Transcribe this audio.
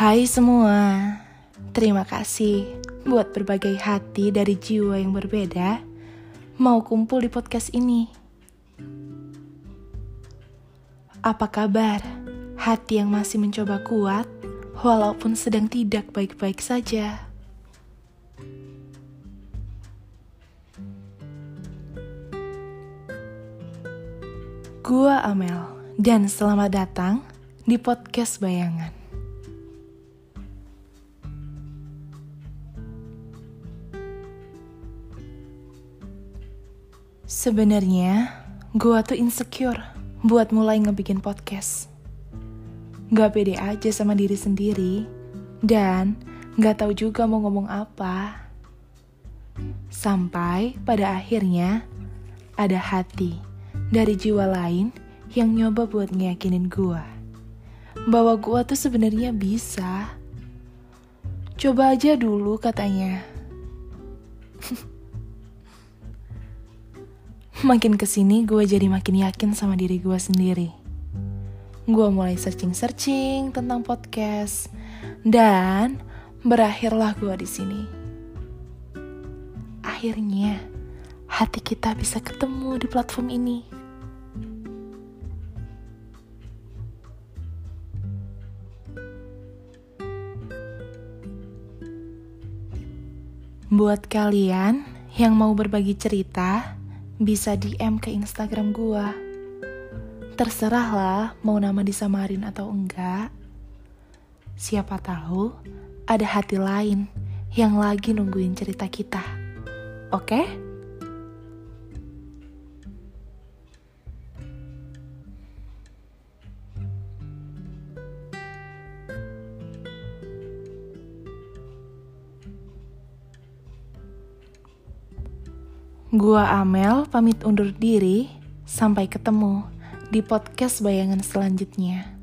Hai semua, terima kasih buat berbagai hati dari jiwa yang berbeda mau kumpul di podcast ini. Apa kabar hati yang masih mencoba kuat walaupun sedang tidak baik-baik saja? Gua Amel dan selamat datang di podcast Bayangan. Sebenarnya, gue tuh insecure buat mulai ngebikin podcast. Gak pede aja sama diri sendiri, dan gak tahu juga mau ngomong apa. Sampai pada akhirnya, ada hati dari jiwa lain yang nyoba buat ngeyakinin gue bahwa gue tuh sebenarnya bisa. Coba aja dulu katanya. Makin kesini gue jadi makin yakin sama diri gue sendiri. Gue mulai searching tentang podcast dan berakhirlah gue di sini. Akhirnya hati kita bisa ketemu di platform ini. Buat kalian yang mau berbagi cerita, bisa DM ke Instagram gua. Terserah lah mau nama disamarin atau enggak. Siapa tahu ada hati lain yang lagi nungguin cerita kita. Oke? Gua Amel pamit undur diri, sampai ketemu di podcast Bayangan selanjutnya.